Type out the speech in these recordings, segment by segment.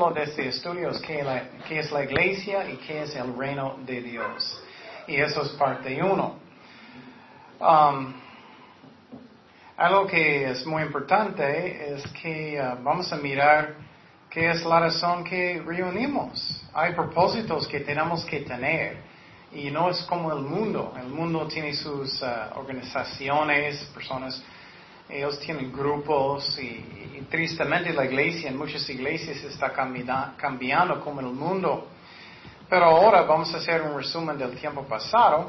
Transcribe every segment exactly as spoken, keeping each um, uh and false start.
título de este estudio es ¿qué, la, qué es la iglesia y qué es el reino de Dios? Y eso es parte uno. Um, algo que es muy importante es que uh, vamos a mirar qué es la razón que reunimos. Hay propósitos que tenemos que tener y no es como el mundo. El mundo tiene sus uh, organizaciones, personas. Ellos tienen grupos y, y tristemente la iglesia, en muchas iglesias está cambiando, cambiando como el mundo. Pero ahora vamos a hacer un resumen del tiempo pasado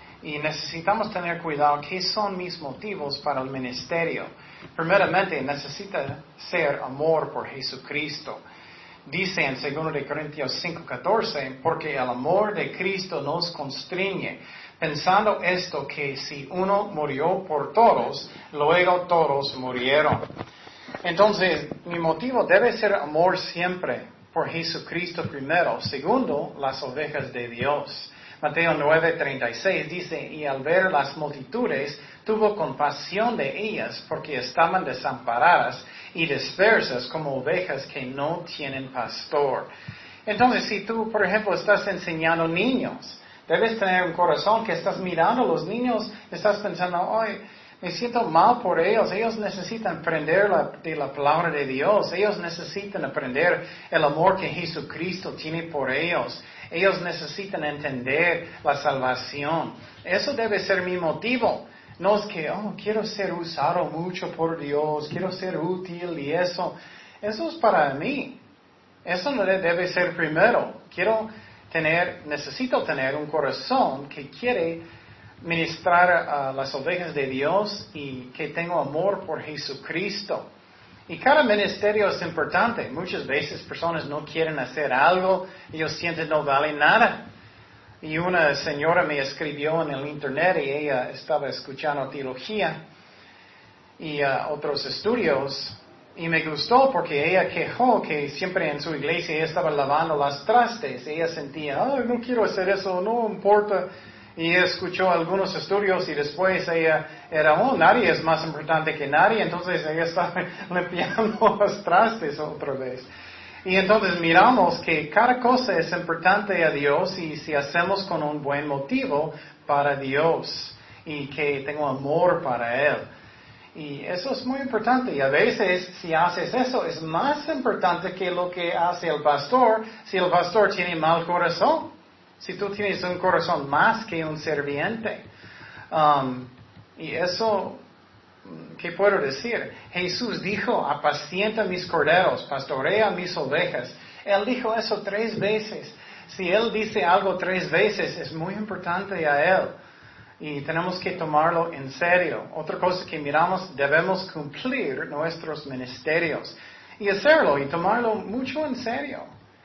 y necesitamos tener cuidado qué son mis motivos para el ministerio. Primeramente necesita ser amor por Jesucristo. Dice en segundo de Corintios cinco catorce, porque el amor de Cristo nos constriñe, pensando esto que si uno murió por todos, luego todos murieron. Entonces, mi motivo debe ser amor siempre por Jesucristo primero. Segundo, las ovejas de Dios. Mateo nueve treinta y seis dice, y al ver las multitudes, tuvo compasión de ellas porque estaban desamparadas y dispersas como ovejas que no tienen pastor. Entonces, si tú, por ejemplo, estás enseñando niños, debes tener un corazón que estás mirando a los niños, estás pensando, ay, me siento mal por ellos, ellos necesitan aprender la, de la palabra de Dios, ellos necesitan aprender el amor que Jesucristo tiene por ellos, ellos necesitan entender la salvación. Eso debe ser mi motivo. No es que, oh, quiero ser usado mucho por Dios, quiero ser útil y eso. Eso es para mí. Eso no debe ser primero. Quiero tener, necesito tener un corazón que quiere ministrar a las ovejas de Dios y que tengo amor por Jesucristo. Y cada ministerio es importante. Muchas veces personas no quieren hacer algo, ellos sienten no vale nada. Y una señora me escribió en el internet y ella estaba escuchando teología y uh, otros estudios y me gustó porque ella quejó que siempre en su iglesia ella estaba lavando las trastes. Ella sentía, oh, no quiero hacer eso, no importa. Y ella escuchó algunos estudios y después ella era, oh, nadie es más importante que nadie. Entonces ella estaba limpiando las trastes otra vez. Y entonces miramos que cada cosa es importante a Dios y si hacemos con un buen motivo para Dios y que tengo amor para Él. Y eso es muy importante. Y a veces si haces eso es más importante que lo que hace el pastor si el pastor tiene mal corazón. Si tú tienes un corazón más que un serviente. Um, y eso... ¿Qué puedo decir? Jesús dijo, apacienta mis corderos, pastorea mis ovejas. Él dijo eso tres veces. Si Él dice algo tres veces, es muy importante a Él. Y tenemos que tomarlo en serio. Otra cosa que miramos, debemos cumplir nuestros ministerios. Y hacerlo y tomarlo mucho en serio.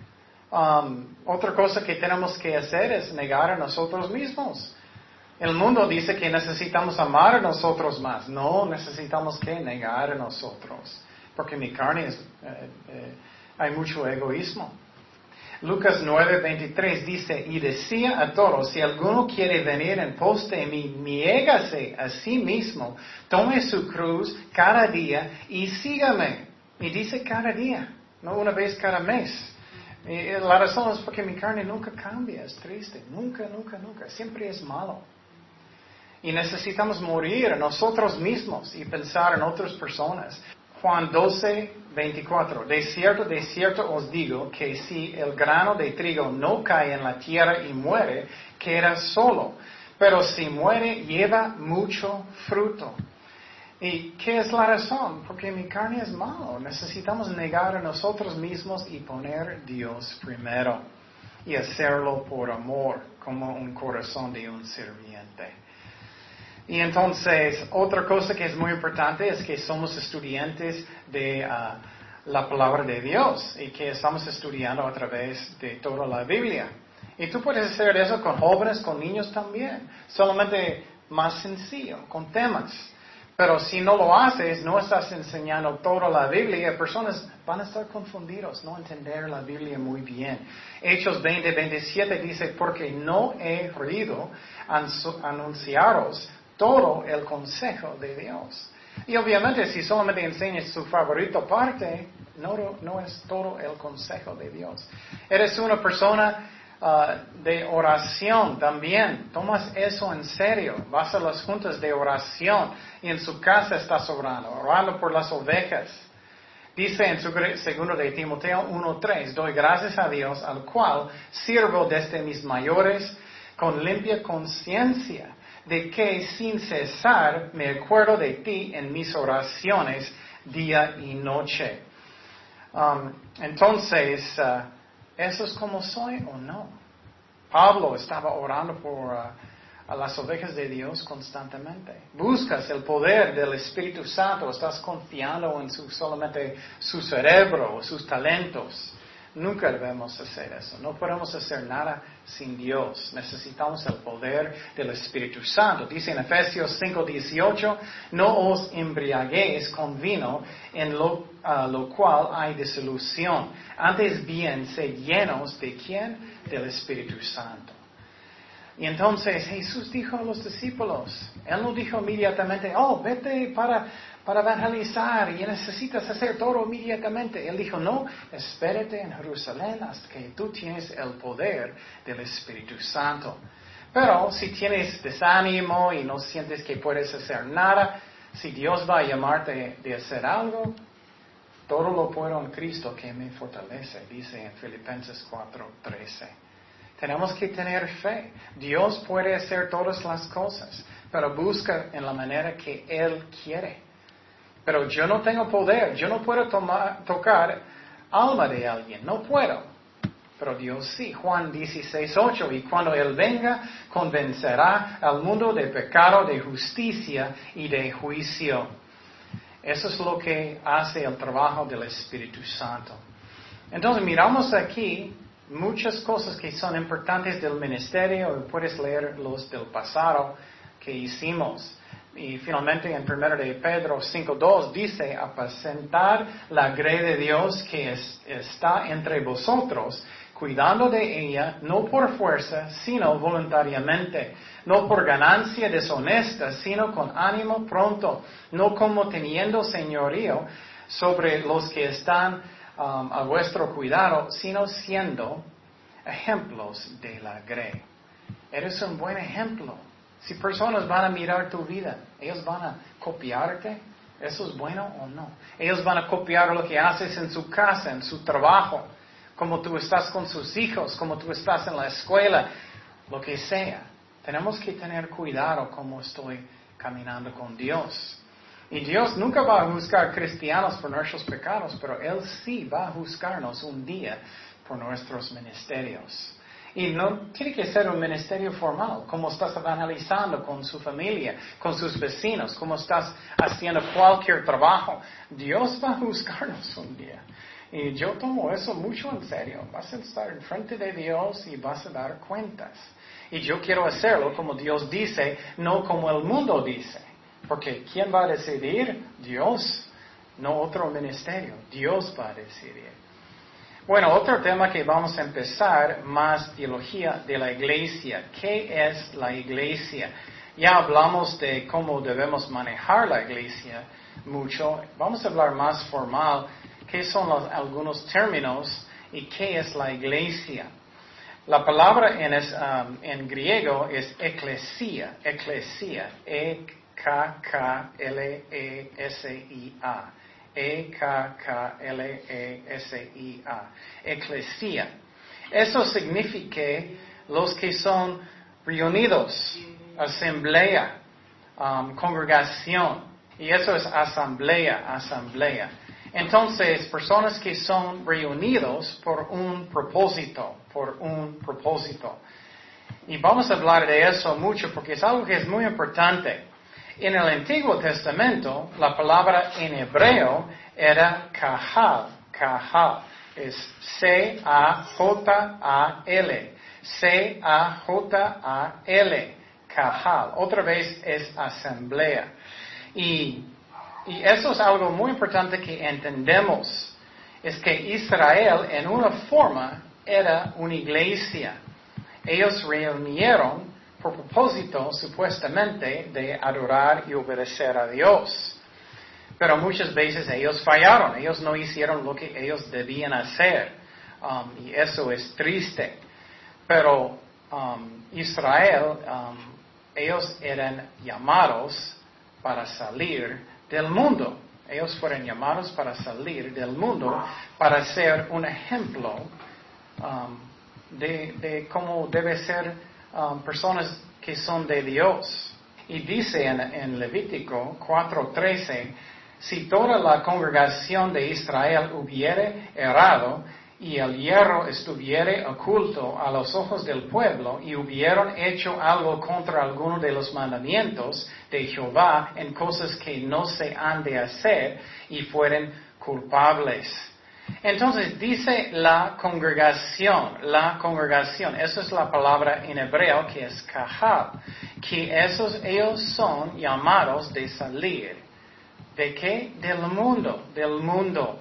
Um, otra cosa que tenemos que hacer es negar a nosotros mismos. El mundo dice que necesitamos amar a nosotros más. No, necesitamos que negar a nosotros. Porque mi carne es, eh, eh, hay mucho egoísmo. Lucas nueve veintitrés dice, y decía a todos, si alguno quiere venir en pos de mí, niégase a sí mismo, tome su cruz cada día y sígame. Y dice cada día, no una vez cada mes. Y la razón es porque mi carne nunca cambia, es triste. Nunca, nunca, nunca. Siempre es malo. Y necesitamos morir a nosotros mismos y pensar en otras personas. Juan doce veinticuatro. De cierto, de cierto os digo que si el grano de trigo no cae en la tierra y muere, queda solo. Pero si muere, lleva mucho fruto. ¿Y qué es la razón? Porque mi carne es malo. Necesitamos negar a nosotros mismos y poner a Dios primero. Y hacerlo por amor, como un corazón de un sirviente. Y entonces, otra cosa que es muy importante es que somos estudiantes de uh, la palabra de Dios y que estamos estudiando a través de toda la Biblia. Y tú puedes hacer eso con jóvenes, con niños también, solamente más sencillo, con temas. Pero si no lo haces, no estás enseñando toda la Biblia, personas van a estar confundidos, no entender la Biblia muy bien. Hechos veinte veintisiete dice, porque no he oído anunciaros todo el consejo de Dios. Y obviamente si solamente enseñas su favorito parte, no, no es todo el consejo de Dios. Eres una persona uh, de oración también. Tomas eso en serio. Vas a las juntas de oración y en su casa estás orando, orando por las ovejas. Dice en su segundo de Timoteo uno tres, doy gracias a Dios al cual sirvo desde mis mayores con limpia conciencia, de que sin cesar me acuerdo de ti en mis oraciones día y noche. Um, entonces, uh, ¿eso es como soy o no? Pablo estaba orando por uh, a las ovejas de Dios constantemente. Buscas el poder del Espíritu Santo, estás confiando en su, solamente su cerebro o sus talentos. Nunca debemos hacer eso. No podemos hacer nada sin Dios. Necesitamos el poder del Espíritu Santo. Dice en Efesios cinco dieciocho, no os embriaguéis con vino, en lo, uh, lo cual hay disolución. Antes bien, sed llenos de ¿quién? Del Espíritu Santo. Y entonces Jesús dijo a los discípulos, Él no dijo inmediatamente, oh, vete para, para evangelizar y necesitas hacer todo inmediatamente. Él dijo, no, espérate en Jerusalén hasta que tú tienes el poder del Espíritu Santo. Pero si tienes desánimo y no sientes que puedes hacer nada, si Dios va a llamarte de hacer algo, todo lo puedo en Cristo que me fortalece, dice en Filipenses cuatro trece. Tenemos que tener fe. Dios puede hacer todas las cosas, pero busca en la manera que Él quiere. Pero yo no tengo poder, yo no puedo tomar, tocar alma de alguien, no puedo. Pero Dios sí. Juan dieciséis ocho, y cuando Él venga, convencerá al mundo de pecado, de justicia y de juicio. Eso es lo que hace el trabajo del Espíritu Santo. Entonces miramos aquí muchas cosas que son importantes del ministerio, puedes leer los del pasado que hicimos. Y finalmente en primero de Pedro cinco dos dice, apacentar la grey de Dios que es, está entre vosotros, cuidando de ella, no por fuerza, sino voluntariamente, no por ganancia deshonesta, sino con ánimo pronto, no como teniendo señorío sobre los que están Um, a vuestro cuidado, sino siendo ejemplos de la grey. Eres un buen ejemplo. Si personas van a mirar tu vida, ellos van a copiarte. ¿Eso es bueno o no? Ellos van a copiar lo que haces en su casa, en su trabajo, como tú estás con sus hijos, como tú estás en la escuela, lo que sea. Tenemos que tener cuidado cómo estoy caminando con Dios. Y Dios nunca va a juzgar cristianos por nuestros pecados, pero Él sí va a juzgarnos un día por nuestros ministerios. Y no tiene que ser un ministerio formal, como estás analizando con su familia, con sus vecinos, como estás haciendo cualquier trabajo. Dios va a juzgarnos un día. Y yo tomo eso mucho en serio. Vas a estar enfrente de Dios y vas a dar cuentas. Y yo quiero hacerlo como Dios dice, no como el mundo dice. Porque ¿quién va a decidir? Dios, no otro ministerio. Dios va a decidir. Bueno, otro tema que vamos a empezar, más teología de la iglesia. ¿Qué es la iglesia? Ya hablamos de cómo debemos manejar la iglesia mucho. Vamos a hablar más formal. ¿Qué son los, algunos términos y qué es la iglesia? La palabra en, es, um, en griego es eclesia. Eclesia. E K K L E S I A. E K K L E S I A. Eclesia. Eso significa los que son reunidos, asamblea, um, congregación. Y eso es asamblea, asamblea. Entonces, personas que son reunidos por un propósito, por un propósito. Y vamos a hablar de eso mucho porque es algo que es muy importante. En el Antiguo Testamento, la palabra en hebreo era kahal. Kahal es C A J A L. C A J A L. Kahal. Otra vez es asamblea. Y, y eso es algo muy importante que entendemos. Es que Israel en una forma era una iglesia. Ellos reunieron por propósito, supuestamente, de adorar y obedecer a Dios. Pero muchas veces ellos fallaron, ellos no hicieron lo que ellos debían hacer. Um, y eso es triste. Pero um, Israel, um, ellos eran llamados para salir del mundo. Ellos fueron llamados para salir del mundo, para ser un ejemplo um, de, de cómo debe ser um, personas que son de Dios. Y dice en, en Levítico cuatro trece, si toda la congregación de Israel hubiere errado y el hierro estuviere oculto a los ojos del pueblo y hubieran hecho algo contra alguno de los mandamientos de Jehová en cosas que no se han de hacer y fueren culpables. Entonces dice la congregación, la congregación, esa es la palabra en hebreo que es kahal, que esos, ellos son llamados de salir. ¿De qué? Del mundo, del mundo.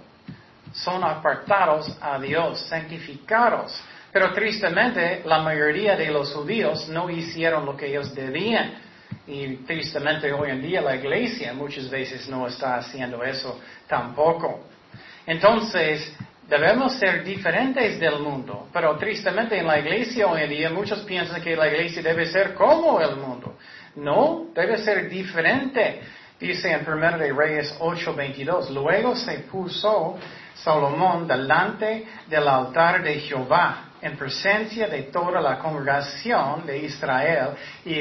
Son apartados a Dios, santificados. Pero tristemente, la mayoría de los judíos no hicieron lo que ellos debían. Y tristemente hoy en día la iglesia muchas veces no está haciendo eso tampoco. Entonces, debemos ser diferentes del mundo. Pero tristemente en la iglesia hoy en día muchos piensan que la iglesia debe ser como el mundo. No, debe ser diferente. Dice en Primera de Reyes ocho veintidós, luego se puso Salomón delante del altar de Jehová, en presencia de toda la congregación de Israel, y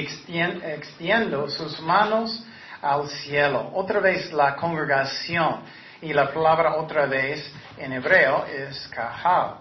extiendo sus manos al cielo. Otra vez la congregación, y la palabra otra vez en hebreo es kahal.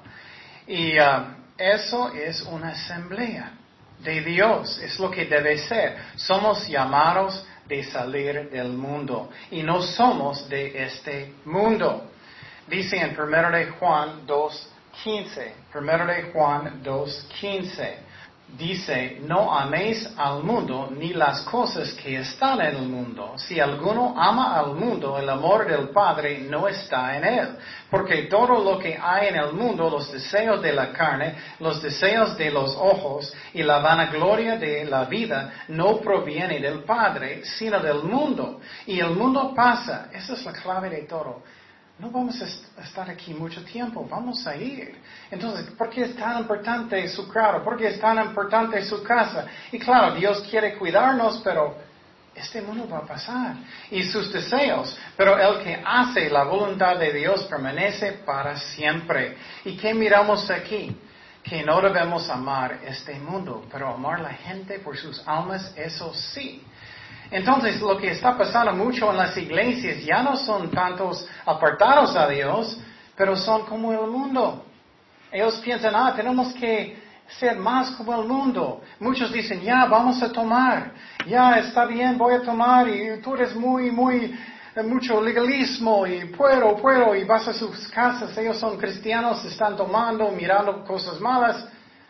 Y uh, eso es una asamblea de Dios, es lo que debe ser. Somos llamados de salir del mundo, y no somos de este mundo. Dice en Primera de Juan dos quince, Primera de Juan dos quince, dice, no améis al mundo ni las cosas que están en el mundo. Si alguno ama al mundo, el amor del Padre no está en él. Porque todo lo que hay en el mundo, los deseos de la carne, los deseos de los ojos y la vanagloria de la vida, no proviene del Padre, sino del mundo. Y el mundo pasa. Esa es la clave de todo. No vamos a estar aquí mucho tiempo, vamos a ir. Entonces, ¿por qué es tan importante su carro? ¿Por qué es tan importante su casa? Y claro, Dios quiere cuidarnos, pero este mundo va a pasar. Y sus deseos. Pero el que hace la voluntad de Dios permanece para siempre. ¿Y qué miramos aquí? Que no debemos amar este mundo, pero amar a la gente por sus almas, eso sí. Entonces, lo que está pasando mucho en las iglesias ya no son tantos apartados a Dios, pero son como el mundo. Ellos piensan, ah, tenemos que ser más como el mundo. Muchos dicen, ya, vamos a tomar. Ya, está bien, voy a tomar. Y tú eres muy, muy, mucho legalismo. Y puedo, puedo. Y vas a sus casas. Ellos son cristianos, están tomando, mirando cosas malas.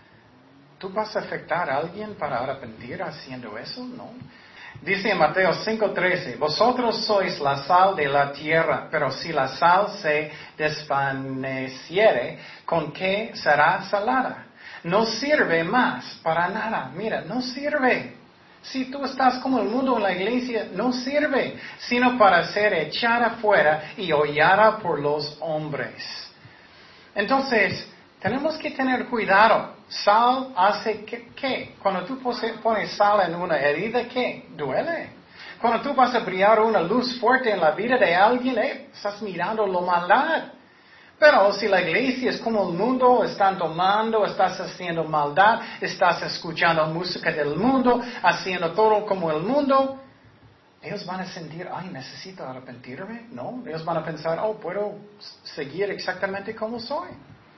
¿Tú vas a afectar a alguien para arrepentir haciendo eso? No. Dice en Mateo cinco trece, vosotros sois la sal de la tierra, pero si la sal se desvaneciere, ¿con qué será salada? No sirve más para nada. Mira, no sirve. Si tú estás como el mundo en la iglesia, no sirve, sino para ser echada fuera y hollada por los hombres. Entonces, tenemos que tener cuidado. Sal hace que, ¿qué? Cuando tú pones sal en una herida, ¿qué? Duele. Cuando tú vas a brillar una luz fuerte en la vida de alguien, eh, estás mirando la maldad. Pero si la iglesia es como el mundo, están tomando, estás haciendo maldad, estás escuchando música del mundo, haciendo todo como el mundo, ellos van a sentir, ay, necesito arrepentirme. No, ellos van a pensar, oh, puedo seguir exactamente como soy.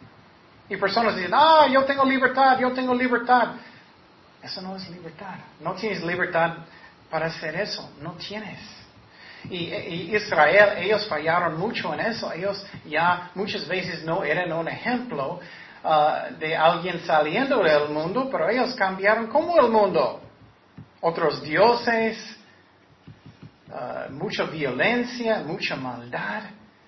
Y personas dicen, ah, yo tengo libertad, yo tengo libertad. Eso no es libertad. No tienes libertad para hacer eso. No tienes. Y, y Israel, ellos fallaron mucho en eso. Ellos ya muchas veces no eran un ejemplo uh, de alguien saliendo del mundo, pero ellos cambiaron como el mundo. Otros dioses, uh, mucha violencia, mucha maldad.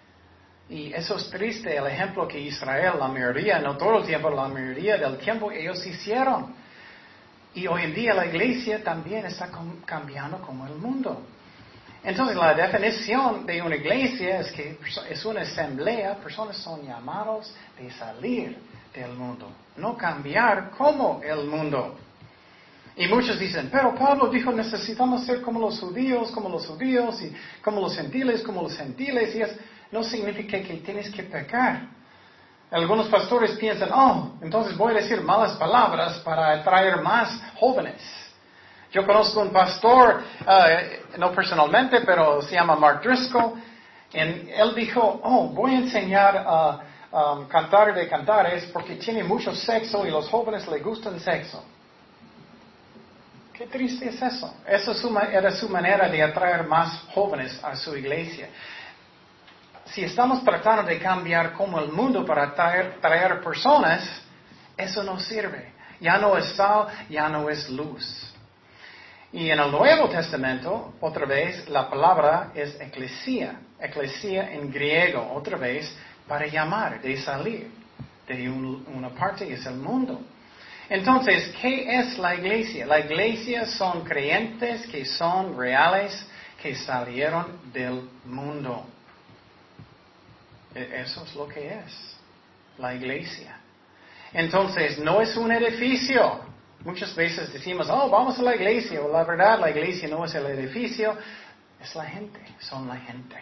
Y eso es triste, el ejemplo que Israel, la mayoría, no todo el tiempo, la mayoría del tiempo ellos hicieron. Y hoy en día la iglesia también está cambiando como el mundo. Entonces la definición de una iglesia es que es una asamblea, personas son llamados de salir del mundo, no cambiar como el mundo. Y muchos dicen, pero Pablo dijo necesitamos ser como los judíos, como los judíos, y como los gentiles, como los gentiles, y eso no significa que tienes que pecar. Algunos pastores piensan, oh, entonces voy a decir malas palabras para atraer más jóvenes. Yo conozco un pastor, uh, no personalmente, pero se llama Mark Driscoll, y él dijo, oh, voy a enseñar a uh, um, cantar de cantares porque tiene mucho sexo y los jóvenes les gustan sexo. Qué triste es eso. Esa era su manera de atraer más jóvenes a su iglesia. Si estamos tratando de cambiar como el mundo para traer, traer personas, eso no sirve. Ya no es sal, ya no es luz. Y en el Nuevo Testamento, otra vez, la palabra es eclesia. Eclesia en griego, otra vez, para llamar, de salir de un, una parte es el mundo. Entonces, ¿qué es la iglesia? La iglesia son creyentes que son reales, que salieron del mundo. Eso es lo que es la iglesia. Entonces, no es un edificio. Muchas veces decimos, oh, vamos a la iglesia. O la verdad, la iglesia no es el edificio, es la gente, son la gente.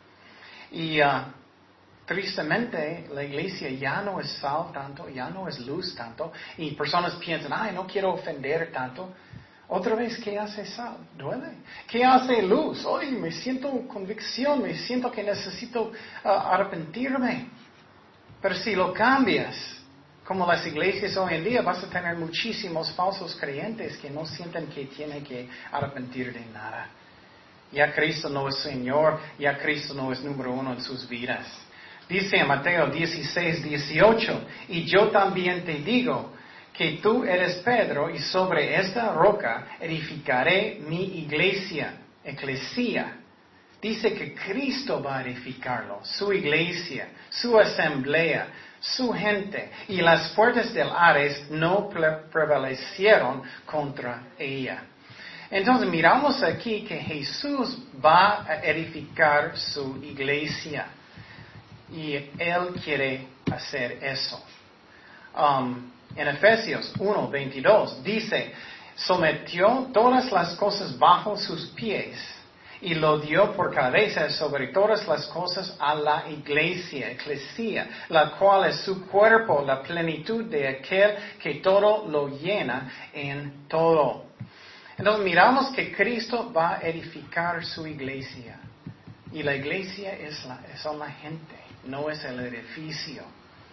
Y uh, tristemente, la iglesia ya no es sal tanto, ya no es luz tanto. Y personas piensan, ay, no quiero ofender tanto. Otra vez, ¿qué hace sal? Duele. ¿Qué hace luz? Oye, me siento convicción, me siento que necesito uh, arrepentirme. Pero si lo cambias, como las iglesias hoy en día, vas a tener muchísimos falsos creyentes que no sienten que tienen que arrepentir de nada. Ya Cristo no es Señor, ya Cristo no es número uno en sus vidas. Dice en Mateo dieciséis, dieciocho, y yo también te digo que tú eres Pedro y sobre esta roca edificaré mi iglesia, eclesia. Dice que Cristo va a edificarlo, su iglesia, su asamblea, su gente, y las puertas del Hades no pre- prevalecieron contra ella. Entonces miramos aquí que Jesús va a edificar su iglesia y Él quiere hacer eso. Um, en Efesios uno, veintidós dice, sometió todas las cosas bajo sus pies y lo dio por cabeza sobre todas las cosas a la iglesia, eclesia, la cual es su cuerpo, la plenitud de aquel que todo lo llena en todo. Entonces miramos que Cristo va a edificar su iglesia. Y la iglesia es la, son la gente, no es el edificio.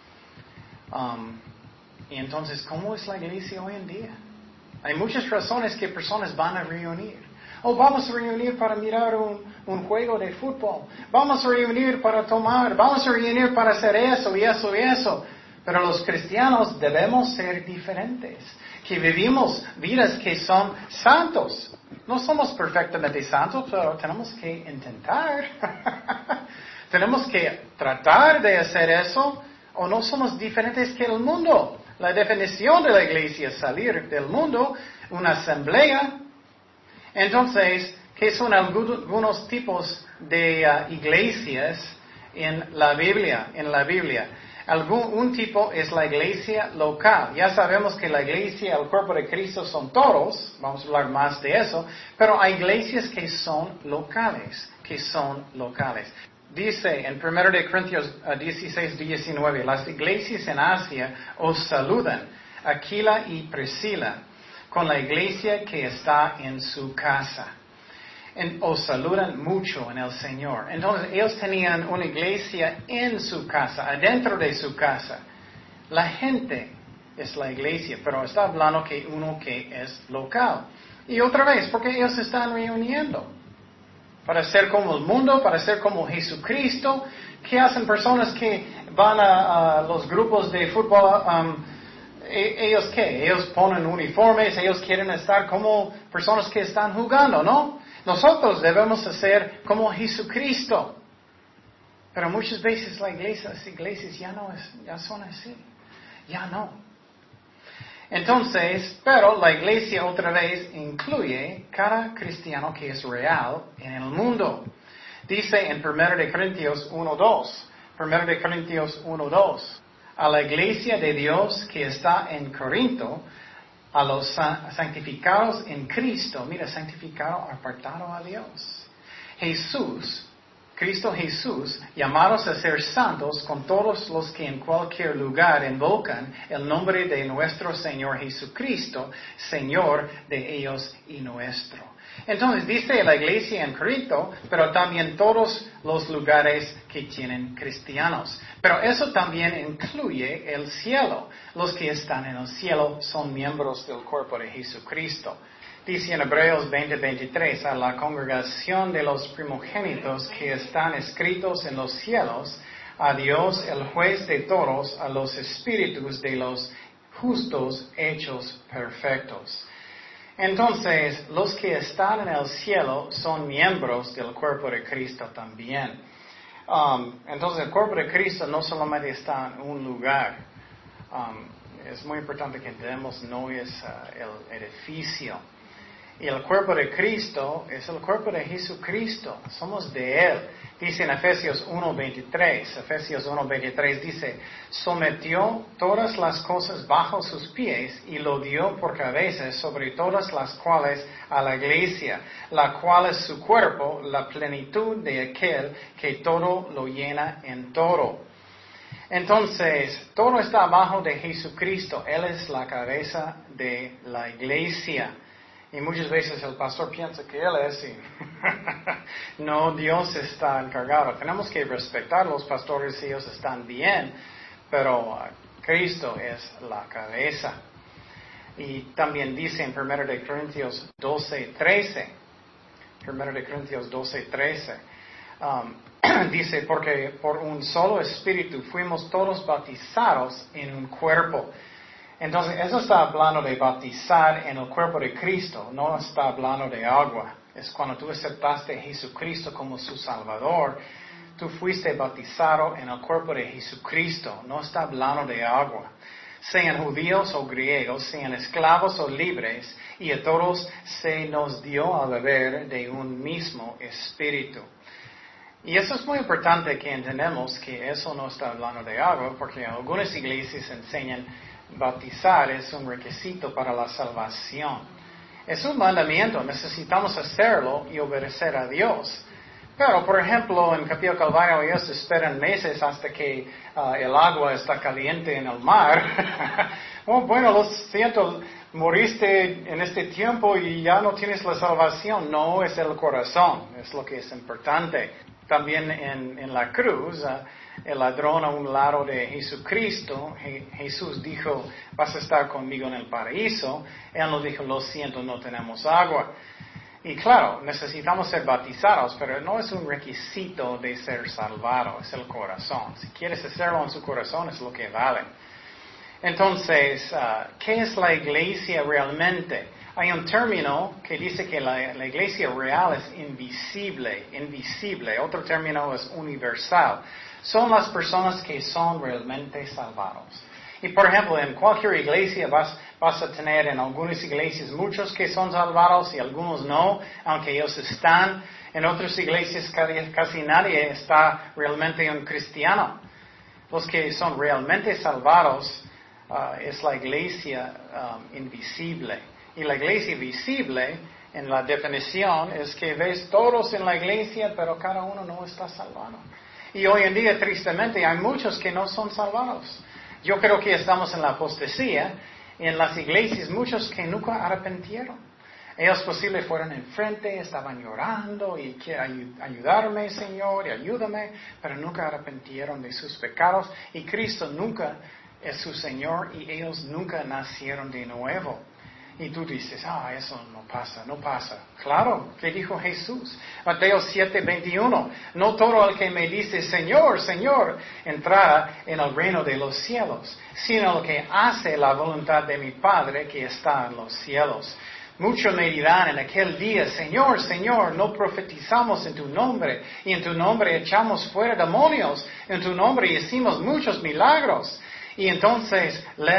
Um, y entonces, ¿cómo es la iglesia hoy en día? Hay muchas razones que personas van a reunir. Oh, vamos a reunir para mirar un, un juego de fútbol. Vamos a reunir para tomar. Vamos a reunir para hacer eso y eso y eso. Pero los cristianos debemos ser diferentes. Que vivimos vidas que son santos. No somos perfectamente santos, pero tenemos que intentar. Tenemos que tratar de hacer eso. O no somos diferentes que el mundo. La definición de la iglesia es salir del mundo, una asamblea. Entonces, ¿qué son algunos tipos de uh, iglesias en la Biblia? En la Biblia, Algún, un tipo es la iglesia local. Ya sabemos que la iglesia, el cuerpo de Cristo son todos. Vamos a hablar más de eso. Pero hay iglesias que son locales, que son locales. Dice en primero de Corintios dieciséis, diecinueve, las iglesias en Asia os saludan, Aquila y Priscila, con la iglesia que está en su casa. En, os saludan mucho en el Señor. Entonces ellos tenían una iglesia en su casa, adentro de su casa. La gente es la iglesia, pero está hablando que uno que es local. Y otra vez, porque ellos se están reuniendo. Para ser como el mundo, para ser como Jesucristo. ¿Qué hacen personas que van a, a los grupos de fútbol? Um, ¿Ellos qué? Ellos ponen uniformes, ellos quieren estar como personas que están jugando, ¿no? Nosotros debemos hacer como Jesucristo. Pero muchas veces la iglesia, las iglesias ya no es, ya son así. Ya no. Entonces, pero la iglesia otra vez incluye cada cristiano que es real en el mundo. Dice en primero de Corintios uno dos, primero de Corintios uno dos, a la iglesia de Dios que está en Corinto, a los santificados en Cristo, mira, santificado, apartado a Dios. Jesús, Cristo Jesús, llamados a ser santos con todos los que en cualquier lugar invocan el nombre de nuestro Señor Jesucristo, Señor de ellos y nuestro. Entonces dice la iglesia en Corinto, pero también todos los lugares que tienen cristianos. Pero eso también incluye el cielo. Los que están en el cielo son miembros del cuerpo de Jesucristo. Dice en Hebreos veinte veintitrés, a la congregación de los primogénitos que están escritos en los cielos, a Dios el juez de todos, a los espíritus de los justos hechos perfectos. Entonces, los que están en el cielo son miembros del cuerpo de Cristo también. Um, entonces, el cuerpo de Cristo no solamente está en un lugar. Um, es muy importante que entendamos, no es uh, el edificio. Y el cuerpo de Cristo es el cuerpo de Jesucristo. Somos de Él. Dice en Efesios uno veintitrés. Efesios uno veintitrés dice, sometió todas las cosas bajo sus pies y lo dio por cabeza sobre todas las cuales a la iglesia, la cual es su cuerpo, la plenitud de aquel que todo lo llena en todo. Entonces, todo está abajo de Jesucristo. Él es la cabeza de la iglesia. Y muchas veces el pastor piensa que Él es y no, Dios está encargado. Tenemos que respetar a los pastores, ellos están bien, pero uh, Cristo es la cabeza. Y también dice en primero de Corintios doce trece, primero de Corintios doce trece, um, dice, porque por un solo espíritu fuimos todos bautizados en un cuerpo. Entonces, eso está hablando de bautizar en el cuerpo de Cristo, no está hablando de agua. Es cuando tú aceptaste a Jesucristo como su Salvador, tú fuiste bautizado en el cuerpo de Jesucristo, no está hablando de agua. Sean judíos o griegos, sean esclavos o libres, y a todos se nos dio a beber de un mismo espíritu. Y eso es muy importante que entendamos que eso no está hablando de agua, porque algunas iglesias enseñan bautizar es un requisito para la salvación. Es un mandamiento, necesitamos hacerlo y obedecer a Dios. Pero, por ejemplo, en Capilla Calvario ellos esperan meses hasta que uh, el agua está caliente en el mar. Oh, bueno, lo siento, moriste en este tiempo y ya no tienes la salvación. No, es el corazón, es lo que es importante. También en, en la cruz, uh, el ladrón a un lado de Jesucristo, Je- Jesús dijo, vas a estar conmigo en el paraíso. Él nos dijo, lo siento, no tenemos agua. Y claro, necesitamos ser bautizados, pero no es un requisito de ser salvado, es el corazón. Si quieres hacerlo en su corazón, es lo que vale. Entonces, uh, ¿qué es la iglesia realmente? Hay un término que dice que la, la iglesia real es invisible, invisible. Otro término es universal. Son las personas que son realmente salvados. Y por ejemplo, en cualquier iglesia vas, vas a tener en algunas iglesias muchos que son salvados y algunos no, aunque ellos están. En otras iglesias casi, casi nadie está realmente un cristiano. Los que son realmente salvados uh, es la iglesia um, invisible. Y la iglesia visible, en la definición, es que ves todos en la iglesia, pero cada uno no está salvado. Y hoy en día, tristemente, hay muchos que no son salvados. Yo creo que estamos en la apostasía, y en las iglesias muchos que nunca arrepintieron. Ellos posible fueron enfrente, estaban llorando y quieren ayudarme, Señor, y ayúdame, pero nunca arrepintieron de sus pecados. Y Cristo nunca es su Señor y ellos nunca nacieron de nuevo. Y tú dices, ah, eso no pasa, no pasa. Claro, ¿qué dijo Jesús? Mateo siete veintiuno, no todo el que me dice, Señor, Señor, entrará en el reino de los cielos, sino el que hace la voluntad de mi Padre que está en los cielos. Muchos me dirán en aquel día, Señor, Señor, no profetizamos en tu nombre, y en tu nombre echamos fuera demonios, en tu nombre hicimos muchos milagros. Y entonces les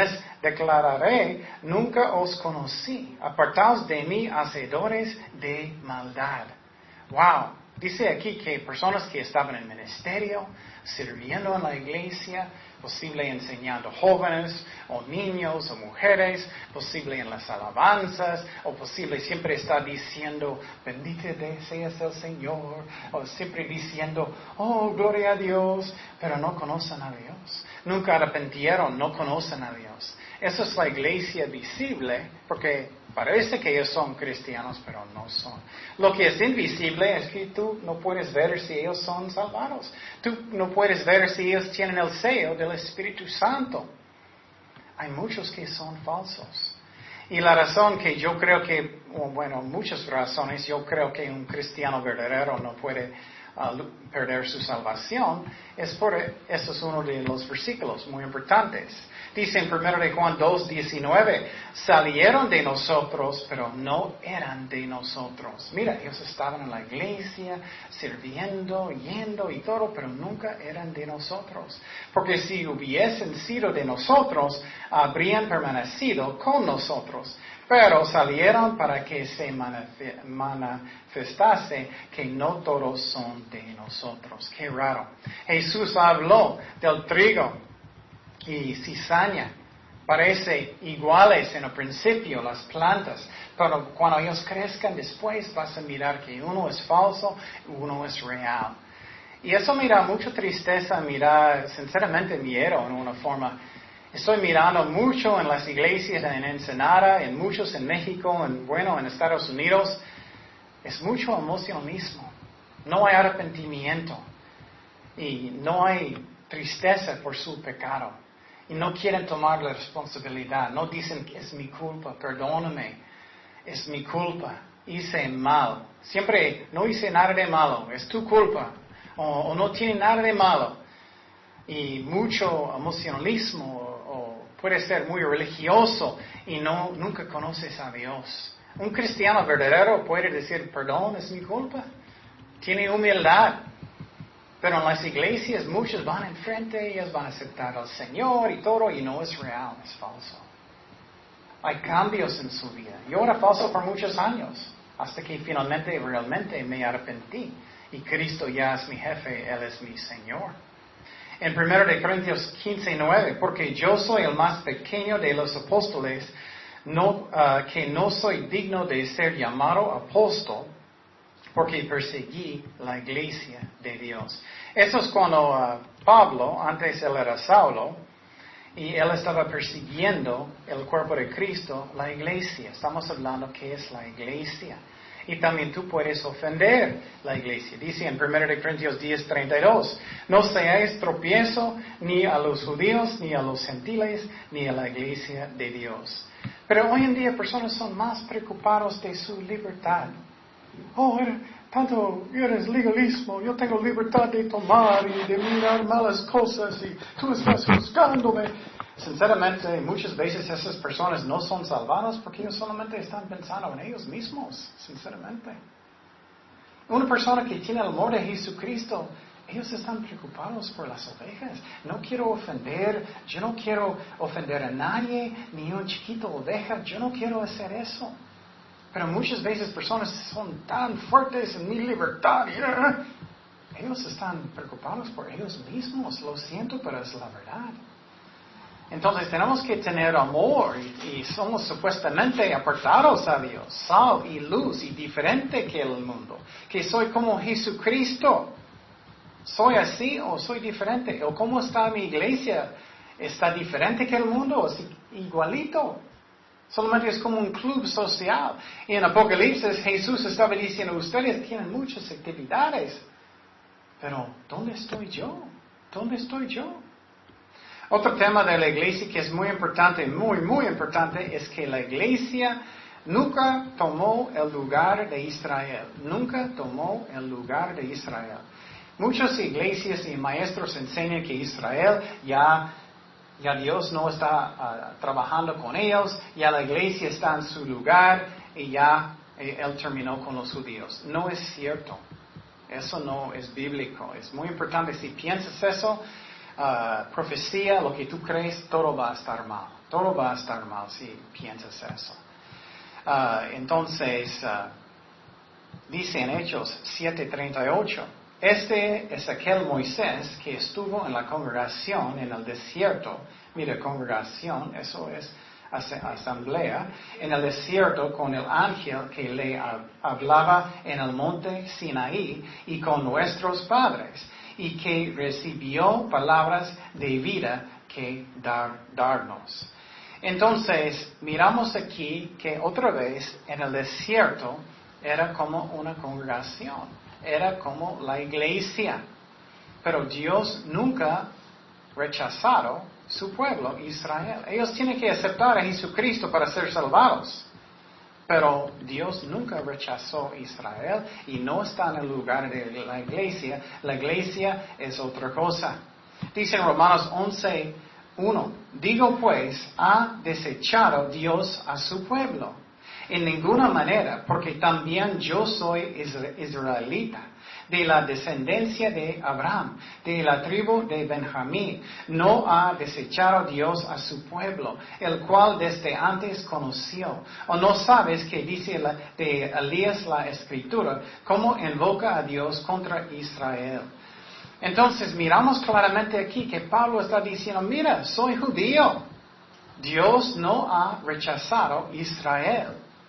declararé, nunca os conocí. Apartaos de mí, hacedores de maldad. Wow. Dice aquí que personas que estaban en ministerio, sirviendo en la iglesia, posible enseñando jóvenes o niños o mujeres, posible en las alabanzas, o posible siempre está diciendo, bendito seas el Señor, o siempre diciendo, oh, gloria a Dios, pero no conocen a Dios. Nunca arrepintieron, no conocen a Dios. Esa es la iglesia visible, porque parece que ellos son cristianos, pero no son. Lo que es invisible es que tú no puedes ver si ellos son salvados. Tú no puedes ver si ellos tienen el sello del Espíritu Santo. Hay muchos que son falsos. Y la razón que yo creo que, bueno, muchas razones, yo creo que un cristiano verdadero no puede uh, perder su salvación, es por, eso es uno de los versículos muy importantes. Dice en primero de Juan dos, diecinueve, salieron de nosotros, pero no eran de nosotros. Mira, ellos estaban en la iglesia, sirviendo, yendo y todo, pero nunca eran de nosotros. Porque si hubiesen sido de nosotros, habrían permanecido con nosotros. Pero salieron para que se manifestase que no todos son de nosotros. Qué raro. Jesús habló del trigo y cizaña. Parece iguales en el principio las plantas, pero cuando ellos crezcan después vas a mirar que uno es falso y uno es real. Y eso me da mucha tristeza, mirar, sinceramente miedo en una forma. Estoy mirando mucho en las iglesias en Ensenada, en muchos en México, en, bueno, en Estados Unidos. Es mucho emocionalismo. No hay arrepentimiento. Y no hay tristeza por su pecado. Y no quieren tomar la responsabilidad. No dicen que es mi culpa, perdóname. Es mi culpa. Hice mal. Siempre no hice nada de malo. Es tu culpa. O, o no tiene nada de malo. Y mucho emocionalismo. Puede ser muy religioso y no, nunca conoces a Dios. Un cristiano verdadero puede decir, perdón, es mi culpa. Tiene humildad. Pero en las iglesias muchos van enfrente, ellos van a aceptar al Señor y todo, y no es real, es falso. Hay cambios en su vida. Yo era falso por muchos años, hasta que finalmente, realmente me arrepentí. Y Cristo ya es mi jefe, Él es mi Señor. En primero de Corintios quince, nueve, porque yo soy el más pequeño de los apóstoles, no, uh, que no soy digno de ser llamado apóstol, porque perseguí la iglesia de Dios. Eso es cuando uh, Pablo, antes él era Saulo, y él estaba persiguiendo el cuerpo de Cristo, la iglesia. Estamos hablando que es la iglesia. Y también tú puedes ofender la iglesia. Dice en primero de Corintios diez, treinta y dos, no seáis tropiezo ni a los judíos, ni a los gentiles, ni a la iglesia de Dios. Pero hoy en día personas son más preocupados de su libertad. Oh, tanto eres legalismo, yo tengo libertad de tomar y de mirar malas cosas y tú estás juzgándome. Sinceramente, muchas veces esas personas no son salvadas porque ellos solamente están pensando en ellos mismos, sinceramente. Una persona que tiene el amor de Jesucristo, ellos están preocupados por las ovejas. No quiero ofender, yo no quiero ofender a nadie, ni un chiquito oveja, yo no quiero hacer eso. Pero muchas veces personas son tan fuertes en mi libertad. Ellos están preocupados por ellos mismos, lo siento, pero es la verdad. Entonces tenemos que tener amor y, y somos supuestamente apartados a Dios, sal y luz y diferente que el mundo. Que soy como Jesucristo. ¿Soy así o soy diferente? ¿O cómo está mi iglesia? ¿Está diferente que el mundo o es igualito? Solamente es como un club social. Y en Apocalipsis Jesús estaba diciendo, ustedes tienen muchas actividades. Pero ¿dónde estoy yo? ¿Dónde estoy yo? Otro tema de la iglesia que es muy importante, muy, muy importante, es que la iglesia nunca tomó el lugar de Israel. Nunca tomó el lugar de Israel. Muchas iglesias y maestros enseñan que Israel ya, ya Dios no está uh, trabajando con ellos, ya la iglesia está en su lugar y ya eh, Él terminó con los judíos. No es cierto. Eso no es bíblico. Es muy importante. Si piensas eso, Uh, profecía, lo que tú crees, todo va a estar mal. Todo va a estar mal si piensas eso. Uh, entonces, uh, dice en Hechos siete treinta y ocho, este es aquel Moisés que estuvo en la congregación en el desierto. Mira, congregación, eso es asamblea, en el desierto con el ángel que le hablaba en el monte Sinaí y con nuestros padres, y que recibió palabras de vida que dar, darnos. Entonces, miramos aquí que otra vez en el desierto era como una congregación, era como la iglesia. Pero Dios nunca rechazado su pueblo, Israel. Ellos tienen que aceptar a Jesucristo para ser salvados. Pero Dios nunca rechazó a Israel y no está en el lugar de la iglesia. La iglesia es otra cosa. Dice en Romanos once uno, digo pues, ¿ha desechado Dios a su pueblo? En ninguna manera, porque también yo soy israelita, de la descendencia de Abraham, de la tribu de Benjamín. No ha desechado Dios a su pueblo, el cual desde antes conoció. ¿O no sabes que dice la, de Elías la Escritura, cómo invoca a Dios contra Israel? Entonces miramos claramente aquí que Pablo está diciendo, mira, soy judío. Dios no ha rechazado a Israel.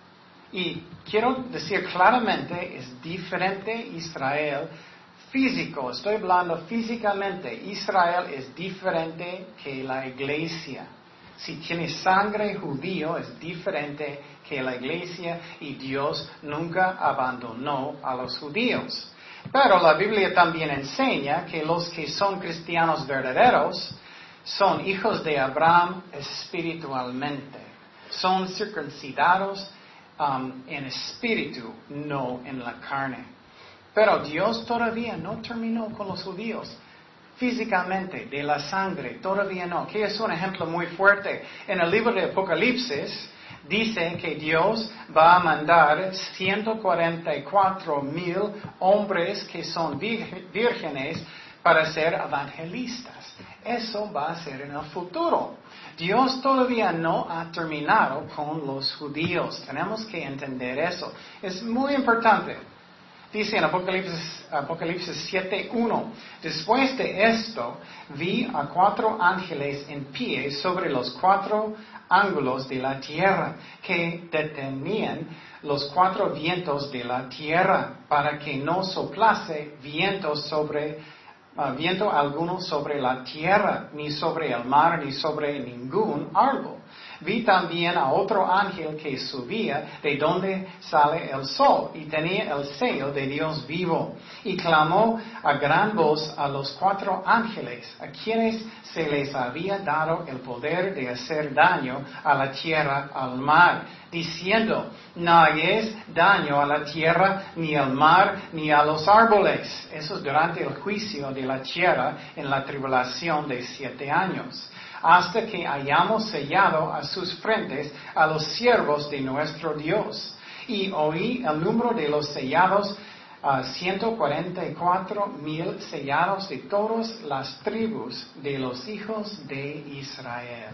Y quiero decir claramente, es diferente Israel físico. Estoy hablando físicamente. Israel es diferente que la iglesia. Si tiene sangre judío, es diferente que la iglesia y Dios nunca abandonó a los judíos. Pero la Biblia también enseña que los que son cristianos verdaderos son hijos de Abraham espiritualmente. Son circuncidados um, en espíritu, no en la carne. Pero Dios todavía no terminó con los judíos. Físicamente, de la sangre, todavía no. Que es un ejemplo muy fuerte. En el libro de Apocalipsis dice que Dios va a mandar ciento cuarenta y cuatro mil hombres que son vírgenes para ser evangelistas. Eso va a ser en el futuro. Dios todavía no ha terminado con los judíos. Tenemos que entender eso. Es muy importante. Dice en Apocalipsis, Apocalipsis siete uno, después de esto vi a cuatro ángeles en pie sobre los cuatro ángulos de la tierra, que detenían los cuatro vientos de la tierra, para que no soplase viento sobre uh, viento alguno sobre la tierra, ni sobre el mar, ni sobre ningún árbol. Vi también a otro ángel que subía de donde sale el sol y tenía el sello de Dios vivo, y clamó a gran voz a los cuatro ángeles, a quienes se les había dado el poder de hacer daño a la tierra, al mar, diciendo, no hagáis daño a la tierra, ni al mar, ni a los árboles. Eso es durante el juicio de la tierra en la tribulación de siete años. Hasta que hayamos sellado a sus frentes a los siervos de nuestro Dios. Y oí el número de los sellados, uh, ciento cuarenta y cuatro mil sellados de todas las tribus de los hijos de Israel.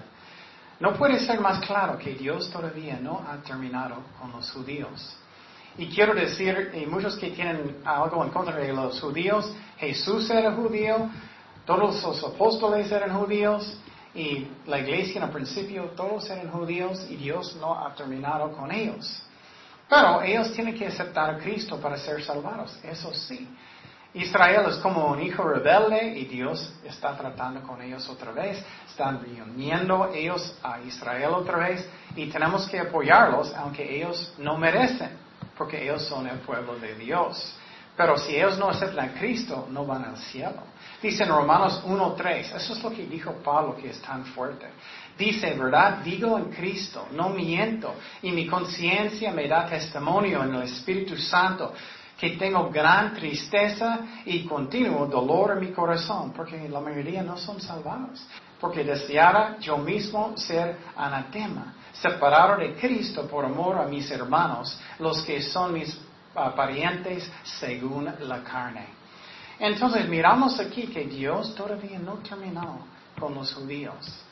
No puede ser más claro que Dios todavía no ha terminado con los judíos. Y quiero decir, y muchos que tienen algo en contra de los judíos, Jesús era judío, todos los apóstoles eran judíos, y la iglesia en el principio todos eran judíos y Dios no ha terminado con ellos. Pero ellos tienen que aceptar a Cristo para ser salvados, eso sí. Israel es como un hijo rebelde y Dios está tratando con ellos otra vez. Están reuniendo ellos a Israel otra vez y tenemos que apoyarlos aunque ellos no merecen, porque ellos son el pueblo de Dios. Pero si ellos no aceptan a Cristo, no van al cielo. Dice en Romanos uno tres, eso es lo que dijo Pablo que es tan fuerte. Dice, verdad, digo en Cristo, no miento, y mi conciencia me da testimonio en el Espíritu Santo, que tengo gran tristeza y continuo dolor en mi corazón, porque la mayoría no son salvados. Porque deseara yo mismo ser anatema, separado de Cristo por amor a mis hermanos, los que son mis uh, parientes según la carne. Entonces miramos aquí que Dios todavía no terminó con los judíos.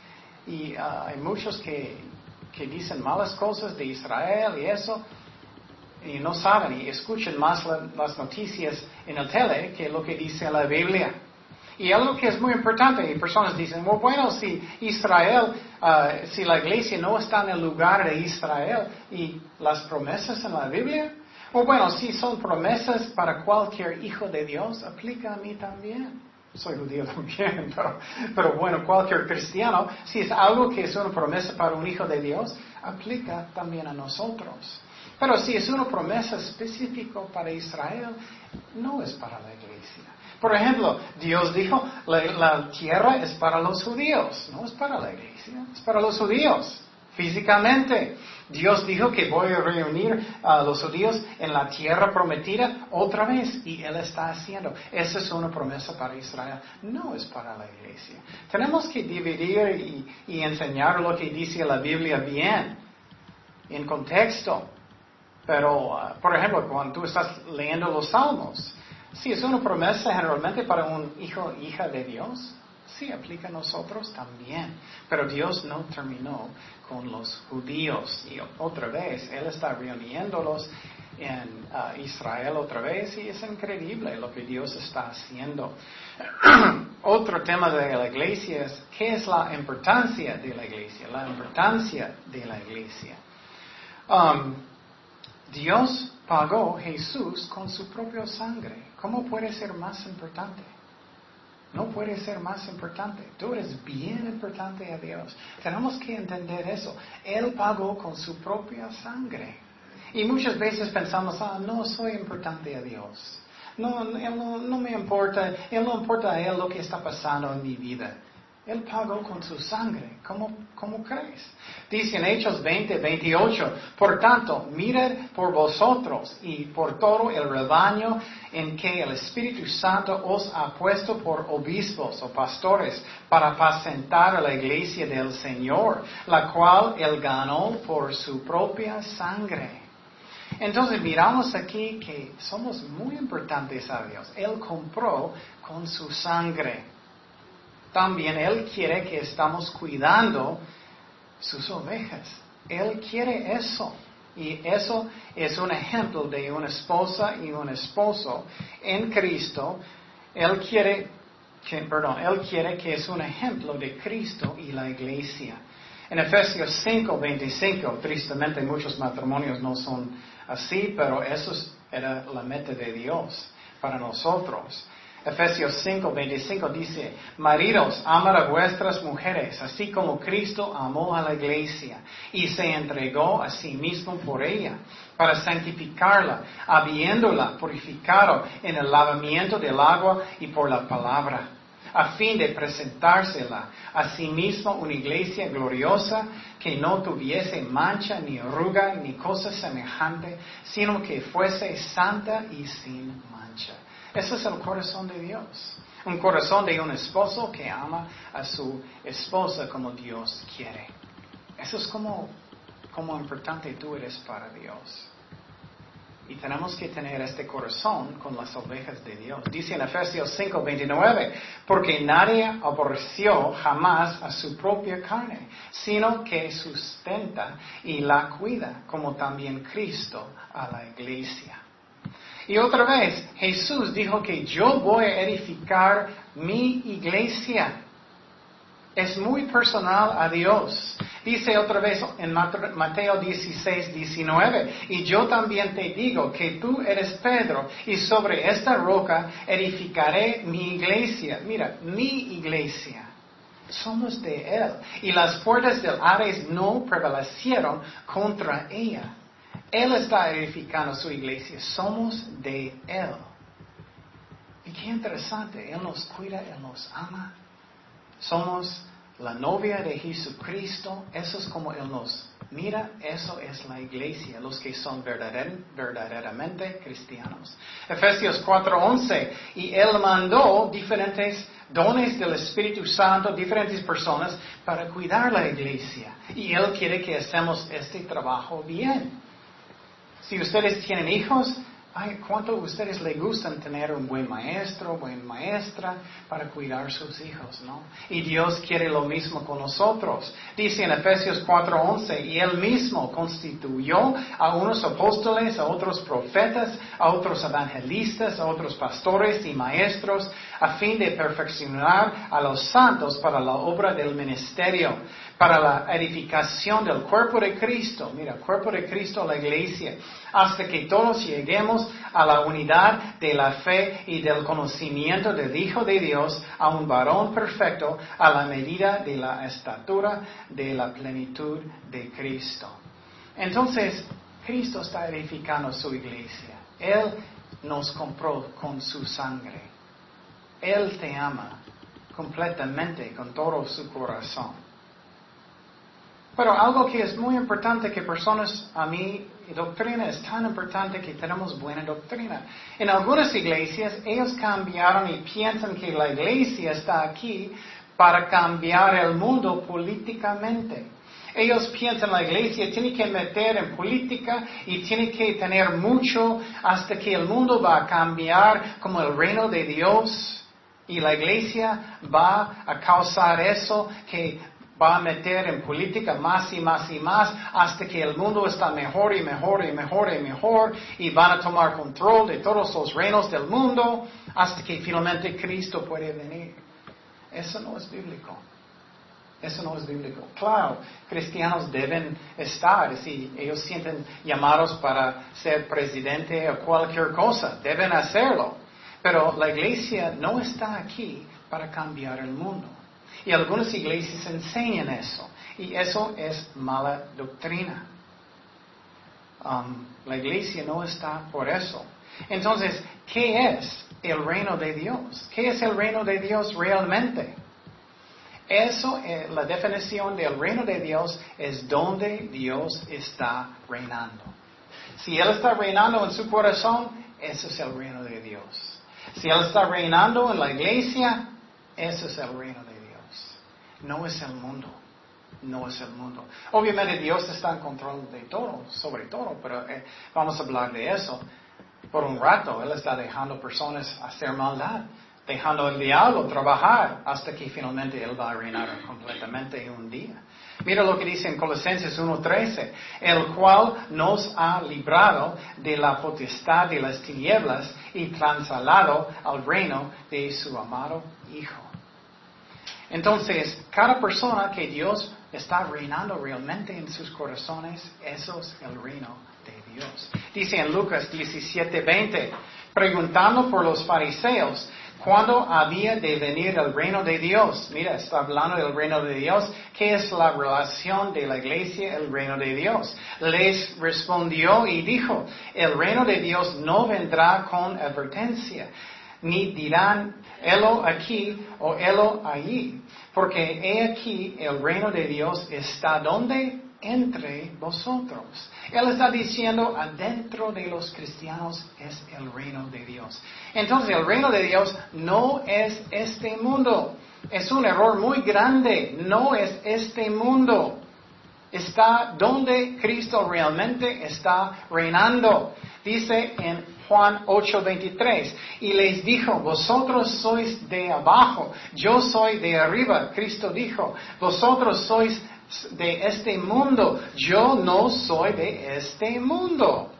y uh, hay muchos que, que dicen malas cosas de Israel y eso, y no saben y escuchan más la, las noticias en el tele que lo que dice la Biblia. Y algo que es muy importante, y personas dicen, well, bueno, si Israel, uh, si la iglesia no está en el lugar de Israel y las promesas en la Biblia, o bueno, si son promesas para cualquier hijo de Dios, aplica a mí también. Soy judío también, pero, pero bueno, cualquier cristiano, si es algo que es una promesa para un hijo de Dios, aplica también a nosotros. Pero si es una promesa específica para Israel, no es para la iglesia. Por ejemplo, Dios dijo, la, la tierra es para los judíos, no es para la iglesia, es para los judíos, físicamente. Dios dijo que voy a reunir a los judíos en la tierra prometida otra vez, y Él está haciendo. Esa es una promesa para Israel, no es para la iglesia. Tenemos que dividir y, y enseñar lo que dice la Biblia bien, en contexto. Pero, uh, por ejemplo, cuando tú estás leyendo los Salmos, si es una promesa generalmente para un hijo o hija de Dios, sí aplica a nosotros también. Pero Dios no terminó con los judíos. Y otra vez, Él está reuniéndolos en uh, Israel otra vez, y es increíble lo que Dios está haciendo. Otro tema de la iglesia es, ¿qué es la importancia de la iglesia? La importancia de la iglesia. Um, Dios pagó a Jesús con su propia sangre. ¿Cómo puede ser más importante? No puede ser más importante. Tú eres bien importante a Dios. Tenemos que entender eso. Él pagó con su propia sangre. Y muchas veces pensamos, ah, no soy importante a Dios. No, él no, no me importa, Él no importa a Él lo que está pasando en mi vida. Él pagó con su sangre. ¿Cómo, cómo crees? Dice en Hechos veinte, veintiocho, por tanto, mirad por vosotros y por todo el rebaño en que el Espíritu Santo os ha puesto por obispos o pastores para apacentar a la iglesia del Señor, la cual Él ganó por su propia sangre. Entonces miramos aquí que somos muy importantes a Dios. Él compró con su sangre. También Él quiere que estamos cuidando sus ovejas. Él quiere eso. Y eso es un ejemplo de una esposa y un esposo en Cristo. Él quiere que, perdón, Él quiere que es un ejemplo de Cristo y la iglesia. En Efesios cinco, veinticinco, tristemente muchos matrimonios no son así, pero eso era la meta de Dios para nosotros. Efesios cinco, veinticinco dice, maridos, amad a vuestras mujeres, así como Cristo amó a la iglesia y se entregó a sí mismo por ella, para santificarla, habiéndola purificado en el lavamiento del agua y por la palabra, a fin de presentársela a sí mismo una iglesia gloriosa, que no tuviese mancha, ni arruga, ni cosa semejante, sino que fuese santa y sin mancha. Ese es el corazón de Dios. Un corazón de un esposo que ama a su esposa como Dios quiere. Eso es como, como importante tú eres para Dios. Y tenemos que tener este corazón con las ovejas de Dios. Dice en Efesios cinco, veintinueve, porque nadie aborreció jamás a su propia carne, sino que sustenta y la cuida, como también Cristo a la iglesia. Y otra vez, Jesús dijo que yo voy a edificar mi iglesia. Es muy personal a Dios. Dice otra vez en Mateo dieciséis, diecinueve, y yo también te digo que tú eres Pedro, y sobre esta roca edificaré mi iglesia. Mira, mi iglesia. Somos de Él. Y las puertas del Hades no prevalecieron contra ella. Él está edificando su iglesia. Somos de Él. Y qué interesante. Él nos cuida, Él nos ama. Somos la novia de Jesucristo. Eso es como Él nos mira. Eso es la iglesia. Los que son verdader, verdaderamente cristianos. Efesios cuatro, once. Y Él mandó diferentes dones del Espíritu Santo, diferentes personas para cuidar la iglesia. Y Él quiere que hacemos este trabajo bien. Si ustedes tienen hijos, Ay, ¿cuánto a ustedes les gustan tener un buen maestro, buena maestra para cuidar a sus hijos, no? Y Dios quiere lo mismo con nosotros. Dice en Efesios cuatro once, y Él mismo constituyó a unos apóstoles, a otros profetas, a otros evangelistas, a otros pastores y maestros, a fin de perfeccionar a los santos para la obra del ministerio, para la edificación del cuerpo de Cristo. Mira, cuerpo de Cristo, la iglesia, hasta que todos lleguemos a la unidad de la fe y del conocimiento del Hijo de Dios, a un varón perfecto, a la medida de la estatura de la plenitud de Cristo. Entonces, Cristo está edificando su iglesia. Él nos compró con su sangre. Él te ama completamente, con todo su corazón. Pero algo que es muy importante que personas, a mí, doctrina es tan importante que tenemos buena doctrina. En algunas iglesias, ellos cambiaron y piensan que la iglesia está aquí para cambiar el mundo políticamente. Ellos piensan la iglesia tiene que meter en política y tiene que tener mucho hasta que el mundo va a cambiar como el reino de Dios. Y la iglesia va a causar eso que va a meter en política más y más y más hasta que el mundo está mejor y mejor y mejor y mejor y van a tomar control de todos los reinos del mundo hasta que finalmente Cristo puede venir. Eso no es bíblico. Eso no es bíblico. Claro, cristianos deben estar, si ellos sienten llamados para ser presidente o cualquier cosa, deben hacerlo. Pero la iglesia no está aquí para cambiar el mundo. Y algunas iglesias enseñan eso. Y eso es mala doctrina. Um, la iglesia no está por eso. Entonces, ¿qué es el reino de Dios? ¿Qué es el reino de Dios realmente? Eso, es, la definición del reino de Dios es donde Dios está reinando. Si Él está reinando en su corazón, eso es el reino de Dios. Si Él está reinando en la iglesia, eso es el reino de Dios. No es el mundo. No es el mundo. Obviamente Dios está en control de todo, sobre todo, pero eh, vamos a hablar de eso. Por un rato, Él está dejando personas hacer maldad, dejando al diablo trabajar hasta que finalmente Él va a reinar completamente en un día. Mira lo que dice en Colosenses uno trece, el cual nos ha librado de la potestad de las tinieblas y trasladado al reino de su amado Hijo. Entonces, cada persona que Dios está reinando realmente en sus corazones, eso es el reino de Dios. Dice en Lucas diecisiete veinte, preguntando por los fariseos, ¿cuándo había de venir el reino de Dios? Mira, está hablando del reino de Dios. ¿Qué es la relación de la iglesia, el reino de Dios? Les respondió y dijo, el reino de Dios no vendrá con advertencia, ni dirán, helo aquí o helo allí, porque he aquí el reino de Dios está donde entre vosotros. Él está diciendo, adentro de los cristianos es el reino de Dios. Entonces, el reino de Dios no es este mundo. Es un error muy grande. No es este mundo. Está donde Cristo realmente está reinando. Dice en Juan ocho veintitrés, y les dijo, vosotros sois de abajo, yo soy de arriba. Cristo dijo, vosotros sois de este mundo, yo no soy de este mundo.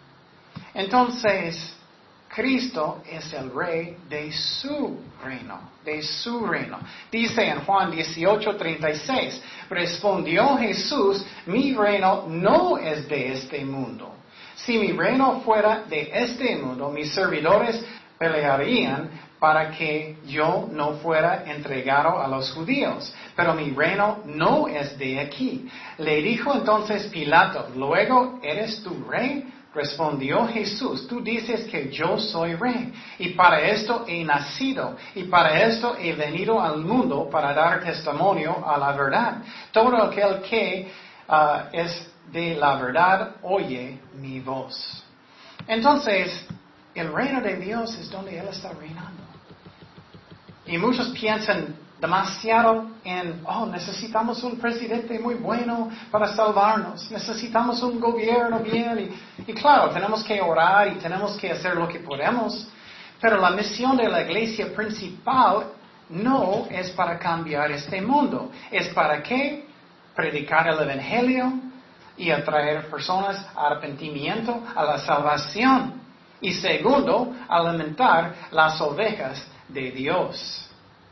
Entonces, Cristo es el rey de su reino, de su reino. Dice en Juan dieciocho treinta y seis, respondió Jesús, mi reino no es de este mundo. Si mi reino fuera de este mundo, mis servidores pelearían para que yo no fuera entregado a los judíos. Pero mi reino no es de aquí. Le dijo entonces Pilato, ¿luego eres tú rey? Respondió Jesús, tú dices que yo soy rey, y para esto he nacido, y para esto he venido al mundo, para dar testimonio a la verdad. Todo aquel que uh, es de la verdad oye mi voz. Entonces, el reino de Dios es donde Él está reinando. Y muchos piensan Demasiado en, oh, necesitamos un presidente muy bueno para salvarnos. Necesitamos un gobierno bien. Y, y claro, tenemos que orar y tenemos que hacer lo que podemos. Pero la misión de la iglesia principal no es para cambiar este mundo. ¿Es para qué? Predicar el evangelio y atraer personas a arrepentimiento, a la salvación. Y segundo, alimentar las ovejas de Dios.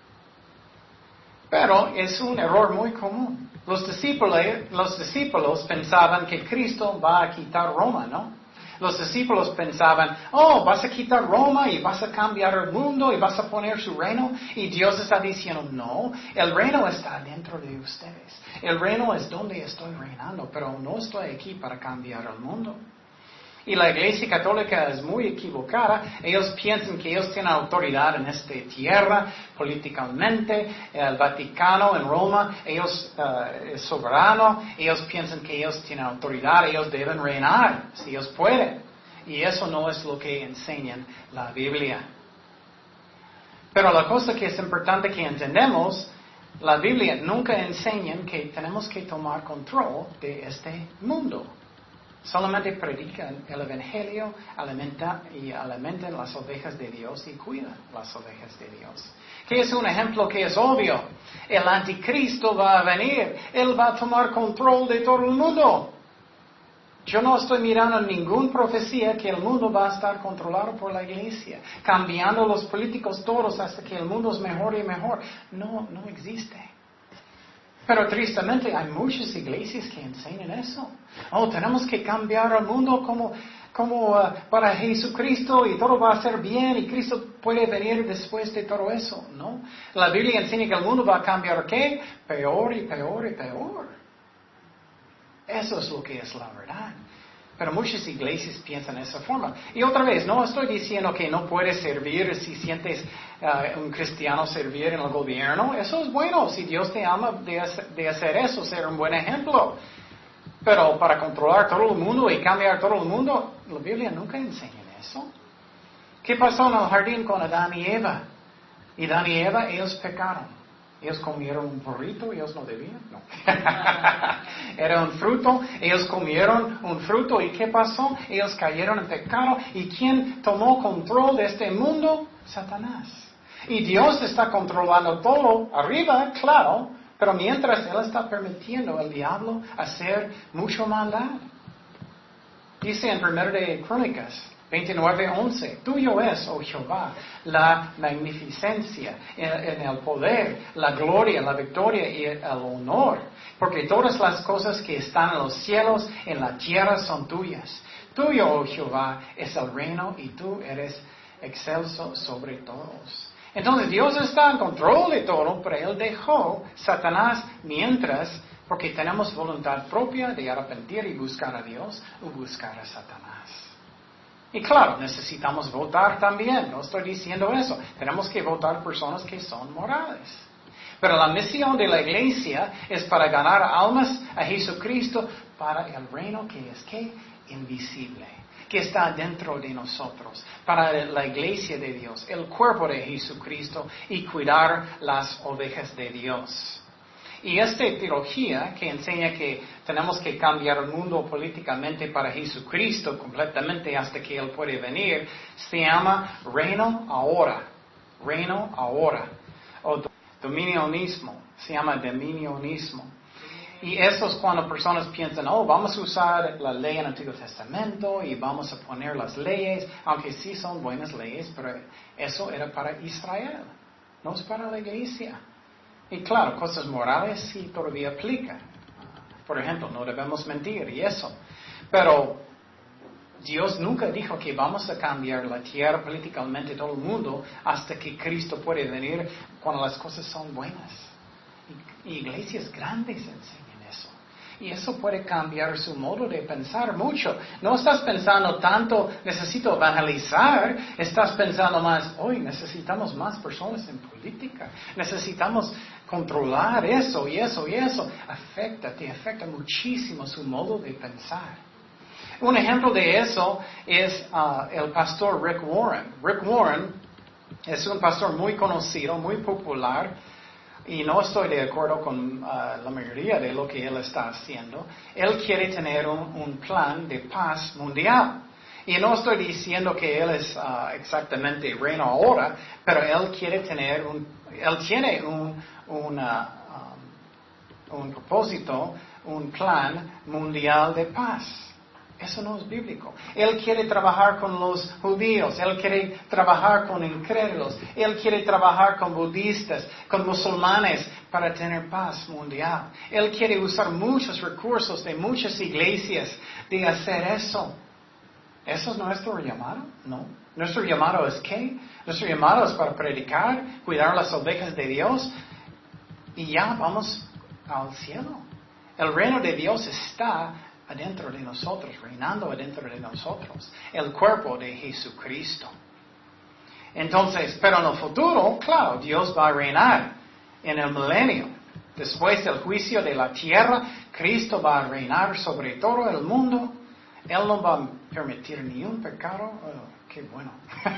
Pero es un error muy común. Los discípulos, los discípulos pensaban que Cristo va a quitar Roma, ¿no? Los discípulos pensaban, oh, vas a quitar Roma y vas a cambiar el mundo y vas a poner su reino. Y Dios está diciendo, no, el reino está dentro de ustedes. El reino es donde estoy reinando, pero no estoy aquí para cambiar el mundo. Y la Iglesia Católica es muy equivocada. Ellos piensan que ellos tienen autoridad en esta tierra, políticamente. El Vaticano en Roma, ellos uh, es soberano. Ellos piensan que ellos tienen autoridad, ellos deben reinar, si ellos pueden. Y eso no es lo que enseña la Biblia. Pero la cosa que es importante que entendemos, la Biblia nunca enseña que tenemos que tomar control de este mundo. Solamente predican el evangelio, alimentan y alimentan las ovejas de Dios y cuidan las ovejas de Dios. Que es un ejemplo que es obvio. El anticristo va a venir. Él va a tomar control de todo el mundo. Yo no estoy mirando ninguna profecía que el mundo va a estar controlado por la iglesia, cambiando los políticos todos hasta que el mundo es mejor y mejor. No, no existe. Pero tristemente hay muchas iglesias que enseñan eso. Oh, tenemos que cambiar el mundo como, como uh, para Jesucristo y todo va a ser bien y Cristo puede venir después de todo eso. No. La Biblia enseña que el mundo va a cambiar ¿qué? Peor y peor y peor. Eso es lo que es la verdad. Pero muchas iglesias piensan de esa forma. Y otra vez, no estoy diciendo que no puedes servir si sientes uh, un cristiano servir en el gobierno. Eso es bueno. Si Dios te ama de, de hacer eso, ser un buen ejemplo. Pero para controlar todo el mundo y cambiar todo el mundo, la Biblia nunca enseña eso. ¿Qué pasó en el jardín con Adán y Eva? Y Adán y Eva, ellos pecaron. Ellos comieron un burrito, ellos no debían, no. Era un fruto, ellos comieron un fruto y ¿qué pasó? Ellos cayeron en pecado. ¿Y quién tomó control de este mundo? Satanás. Y Dios está controlando todo arriba, claro, pero mientras Él está permitiendo al diablo hacer mucho maldad. Dice en Primero de Crónicas veintinueve once, tuyo es, oh Jehová, la magnificencia, en, en el poder, la gloria, la victoria y el honor, porque todas las cosas que están en los cielos, en la tierra son tuyas. Tuyo, oh Jehová, es el reino y tú eres excelso sobre todos. Entonces Dios está en control de todo, pero Él dejó Satanás mientras, porque tenemos voluntad propia de arrepentir y buscar a Dios o buscar a Satanás. Y claro, necesitamos votar también, no estoy diciendo eso. Tenemos que votar personas que son morales. Pero la misión de la iglesia es para ganar almas a Jesucristo para el reino que es ¿qué? Invisible, que está dentro de nosotros, para la iglesia de Dios, el cuerpo de Jesucristo y cuidar las ovejas de Dios. Y esta teología que enseña que tenemos que cambiar el mundo políticamente para Jesucristo completamente hasta que Él puede venir, se llama reino ahora, reino ahora, o dominionismo, se llama dominionismo. Y eso es cuando personas piensan, oh, vamos a usar la ley en el Antiguo Testamento y vamos a poner las leyes, aunque sí son buenas leyes, pero eso era para Israel, no es para la iglesia. Y claro, cosas morales sí todavía aplican. Por ejemplo, no debemos mentir y eso. Pero Dios nunca dijo que vamos a cambiar la tierra políticamente todo el mundo hasta que Cristo puede venir cuando las cosas son buenas. Y, y iglesias grandes enseñan eso. Y eso puede cambiar su modo de pensar mucho. No estás pensando tanto, necesito evangelizar. Estás pensando más, hoy necesitamos más personas en política. Necesitamos controlar eso y eso y eso. Afecta, te afecta muchísimo su modo de pensar. Un ejemplo de eso es uh, el pastor Rick Warren. Rick Warren es un pastor muy conocido, muy popular. y no estoy de acuerdo con uh, la mayoría de lo que Él está haciendo. Él quiere tener un, un plan de paz mundial. Y no estoy diciendo que Él es uh, exactamente reino ahora, pero Él quiere tener un, Él tiene un, una, um, un propósito, un plan mundial de paz. Eso no es bíblico. Él quiere trabajar con los judíos, Él quiere trabajar con incrédulos, Él quiere trabajar con budistas, con musulmanes para tener paz mundial. Él quiere usar muchos recursos de muchas iglesias de hacer eso. ¿Eso es nuestro llamado? No. Nuestro llamado es ¿qué? Nuestro llamado es para predicar, cuidar las ovejas de Dios y ya vamos al cielo. El reino de Dios está adentro de nosotros, reinando adentro de nosotros, el cuerpo de Jesucristo. Entonces, pero en el futuro, claro, Dios va a reinar en el milenio. Después del juicio de la tierra, Cristo va a reinar sobre todo el mundo. Él no va a permitir ni un pecado. Oh, qué bueno.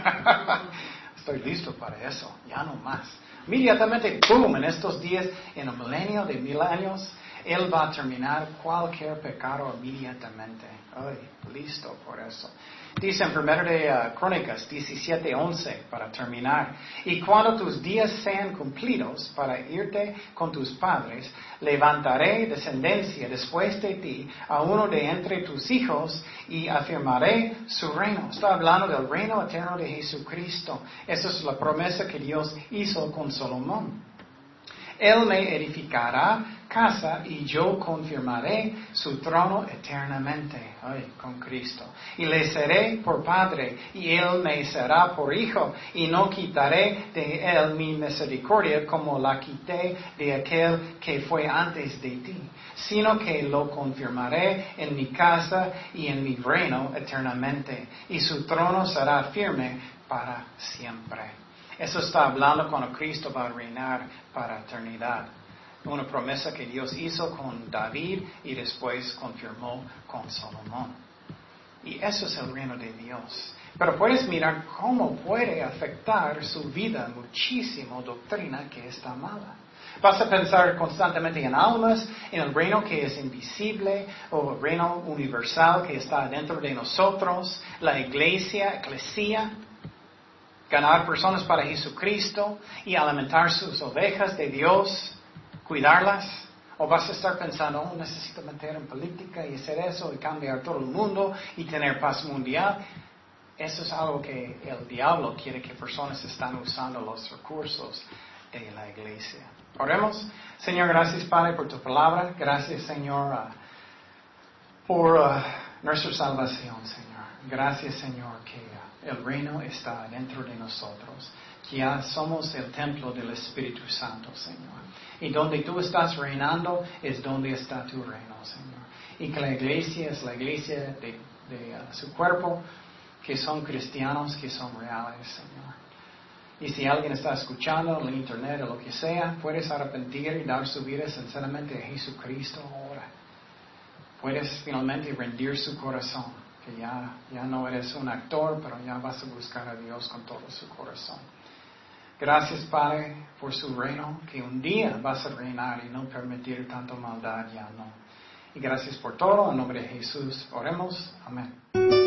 Estoy listo para eso, ya no más. Inmediatamente, ¡pum!, en estos días, en el milenio de mil años, Él va a terminar cualquier pecado inmediatamente. Ay, listo por eso. Dice en primero de uh, Crónicas diecisiete once, para terminar. Y cuando tus días sean cumplidos para irte con tus padres, levantaré descendencia después de ti a uno de entre tus hijos y afirmaré su reino. Está hablando del reino eterno de Jesucristo. Esa es la promesa que Dios hizo con Salomón. Él me edificará casa y yo confirmaré su trono eternamente. Ay, con Cristo. Y le seré por padre y él me será por hijo. Y no quitaré de él mi misericordia como la quité de aquel que fue antes de ti, sino que lo confirmaré en mi casa y en mi reino eternamente. Y su trono será firme para siempre. Eso está hablando cuando Cristo va a reinar para eternidad. Una promesa que Dios hizo con David y después confirmó con Salomón. Y eso es el reino de Dios. Pero puedes mirar cómo puede afectar su vida muchísimo doctrina que está mala. Vas a pensar constantemente en almas, en el reino que es invisible, o el reino universal que está dentro de nosotros, la iglesia, eclesia. Ganar personas para Jesucristo y alimentar sus ovejas de Dios, cuidarlas. O vas a estar pensando, oh, necesito meter en política y hacer eso y cambiar todo el mundo y tener paz mundial. Eso es algo que el diablo quiere que personas están usando los recursos de la iglesia. Oremos. Señor, gracias Padre por tu palabra. Gracias Señor uh, por uh, nuestra salvación, Señor. Gracias Señor que uh, el reino está dentro de nosotros, que ya somos el templo del Espíritu Santo, Señor. Y donde tú estás reinando es donde está tu reino, Señor. Y que la iglesia es la iglesia de, de uh, su cuerpo, que son cristianos, que son reales, Señor. Y si alguien está escuchando en la internet o lo que sea, puedes arrepentir y dar su vida sinceramente a Jesucristo ahora. Puedes finalmente rendir su corazón. Que ya, ya no eres un actor, pero ya vas a buscar a Dios con todo su corazón. Gracias, Padre, por su reino, que un día vas a reinar y no permitir tanta maldad, ya no. Y gracias por todo, en nombre de Jesús, oremos. Amén.